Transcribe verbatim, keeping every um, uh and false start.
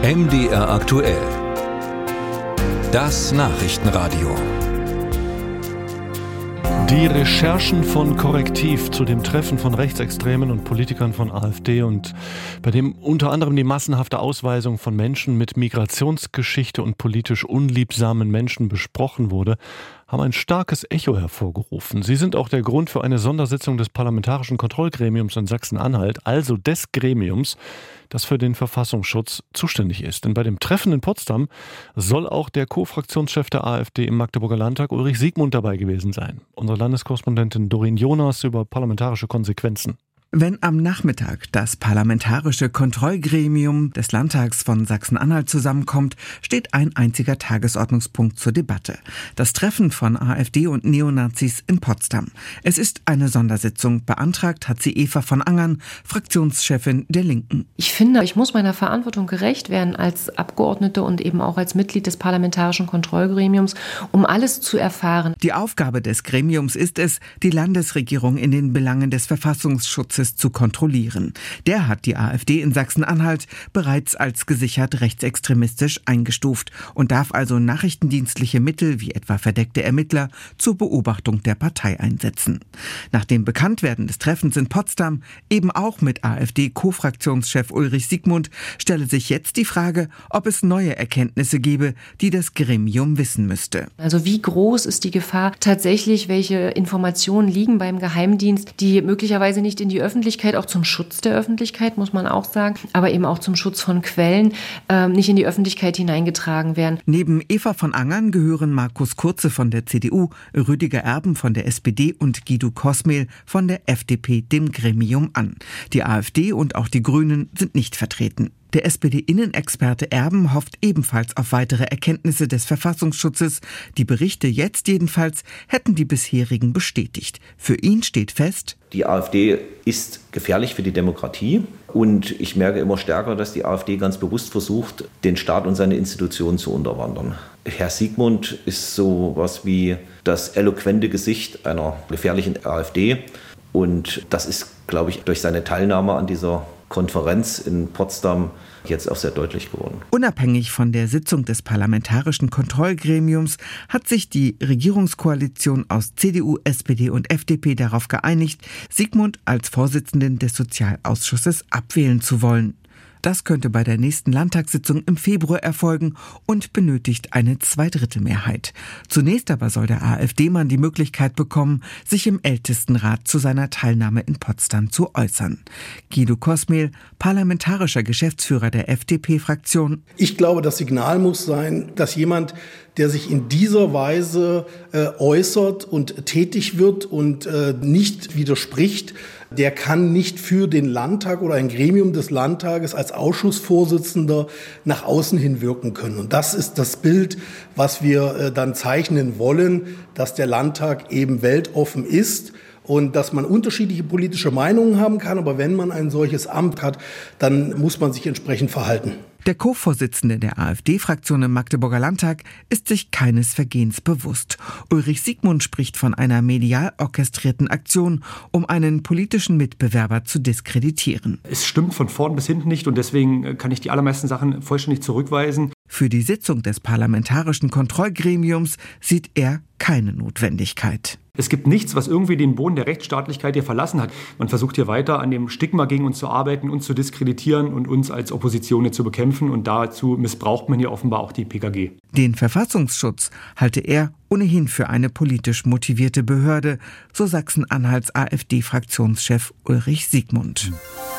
M D R aktuell. Das Nachrichtenradio. Die Recherchen von Korrektiv zu dem Treffen von Rechtsextremen und Politikern von AfD und bei dem unter anderem die massenhafte Ausweisung von Menschen mit Migrationsgeschichte und politisch unliebsamen Menschen besprochen wurde, haben ein starkes Echo hervorgerufen. Sie sind auch der Grund für eine Sondersitzung des Parlamentarischen Kontrollgremiums in Sachsen-Anhalt, also des Gremiums, das für den Verfassungsschutz zuständig ist. Denn bei dem Treffen in Potsdam soll auch der Co-Fraktionschef der AfD im Magdeburger Landtag, Ulrich Siegmund, dabei gewesen sein. Unsere Landeskorrespondentin Doreen Jonas über parlamentarische Konsequenzen. Wenn am Nachmittag das Parlamentarische Kontrollgremium des Landtags von Sachsen-Anhalt zusammenkommt, steht ein einziger Tagesordnungspunkt zur Debatte: das Treffen von AfD und Neonazis in Potsdam. Es ist eine Sondersitzung. Beantragt hat sie Eva von Angern, Fraktionschefin der Linken. Ich finde, ich muss meiner Verantwortung gerecht werden als Abgeordnete und eben auch als Mitglied des Parlamentarischen Kontrollgremiums, um alles zu erfahren. Die Aufgabe des Gremiums ist es, die Landesregierung in den Belangen des Verfassungsschutzes zu kontrollieren. Der hat die AfD in Sachsen-Anhalt bereits als gesichert rechtsextremistisch eingestuft und darf also nachrichtendienstliche Mittel wie etwa verdeckte Ermittler zur Beobachtung der Partei einsetzen. Nach dem Bekanntwerden des Treffens in Potsdam, eben auch mit AfD-Co-Fraktionschef Ulrich Siegmund, stelle sich jetzt die Frage, ob es neue Erkenntnisse gebe, die das Gremium wissen müsste. Also wie groß ist die Gefahr tatsächlich, welche Informationen liegen beim Geheimdienst, die möglicherweise nicht in die Öffentlichkeit Öffentlichkeit, auch zum Schutz der Öffentlichkeit, muss man auch sagen, aber eben auch zum Schutz von Quellen, äh, nicht in die Öffentlichkeit hineingetragen werden. Neben Eva von Angern gehören Markus Kurze von der C D U, Rüdiger Erben von der S P D und Guido Kosmehl von der F D P dem Gremium an. Die AfD und auch die Grünen sind nicht vertreten. Der S P D-Innenexperte Erben hofft ebenfalls auf weitere Erkenntnisse des Verfassungsschutzes. Die Berichte jetzt jedenfalls hätten die bisherigen bestätigt. Für ihn steht fest: Die AfD ist gefährlich für die Demokratie und ich merke immer stärker, dass die AfD ganz bewusst versucht, den Staat und seine Institutionen zu unterwandern. Herr Siegmund ist so was wie das eloquente Gesicht einer gefährlichen AfD und das ist, glaube ich, durch seine Teilnahme an dieser Konferenz in Potsdam jetzt auch sehr deutlich geworden. Unabhängig von der Sitzung des Parlamentarischen Kontrollgremiums hat sich die Regierungskoalition aus C D U, S P D und F D P darauf geeinigt, Siegmund als Vorsitzenden des Sozialausschusses abwählen zu wollen. Das könnte bei der nächsten Landtagssitzung im Februar erfolgen und benötigt eine Zweidrittelmehrheit. Zunächst aber soll der AfD-Mann die Möglichkeit bekommen, sich im Ältestenrat zu seiner Teilnahme in Potsdam zu äußern. Guido Kosmehl, parlamentarischer Geschäftsführer der F D P-Fraktion. Ich glaube, das Signal muss sein, dass jemand, der sich in dieser Weise äh, äußert und tätig wird und äh, nicht widerspricht, der kann nicht für den Landtag oder ein Gremium des Landtages als Ausschussvorsitzender nach außen hin wirken können. Und das ist das Bild, was wir äh, dann zeichnen wollen, dass der Landtag eben weltoffen ist und dass man unterschiedliche politische Meinungen haben kann. Aber wenn man ein solches Amt hat, dann muss man sich entsprechend verhalten. Der Co-Vorsitzende der AfD-Fraktion im Magdeburger Landtag ist sich keines Vergehens bewusst. Ulrich Siegmund spricht von einer medial orchestrierten Aktion, um einen politischen Mitbewerber zu diskreditieren. Es stimmt von vorn bis hinten nicht und deswegen kann ich die allermeisten Sachen vollständig zurückweisen. Für die Sitzung des Parlamentarischen Kontrollgremiums sieht er keine Notwendigkeit. Es gibt nichts, was irgendwie den Boden der Rechtsstaatlichkeit hier verlassen hat. Man versucht hier weiter an dem Stigma gegen uns zu arbeiten, uns zu diskreditieren und uns als Opposition zu bekämpfen. Und dazu missbraucht man hier offenbar auch die P K G. Den Verfassungsschutz halte er ohnehin für eine politisch motivierte Behörde, so Sachsen-Anhalts AfD-Fraktionschef Ulrich Siegmund.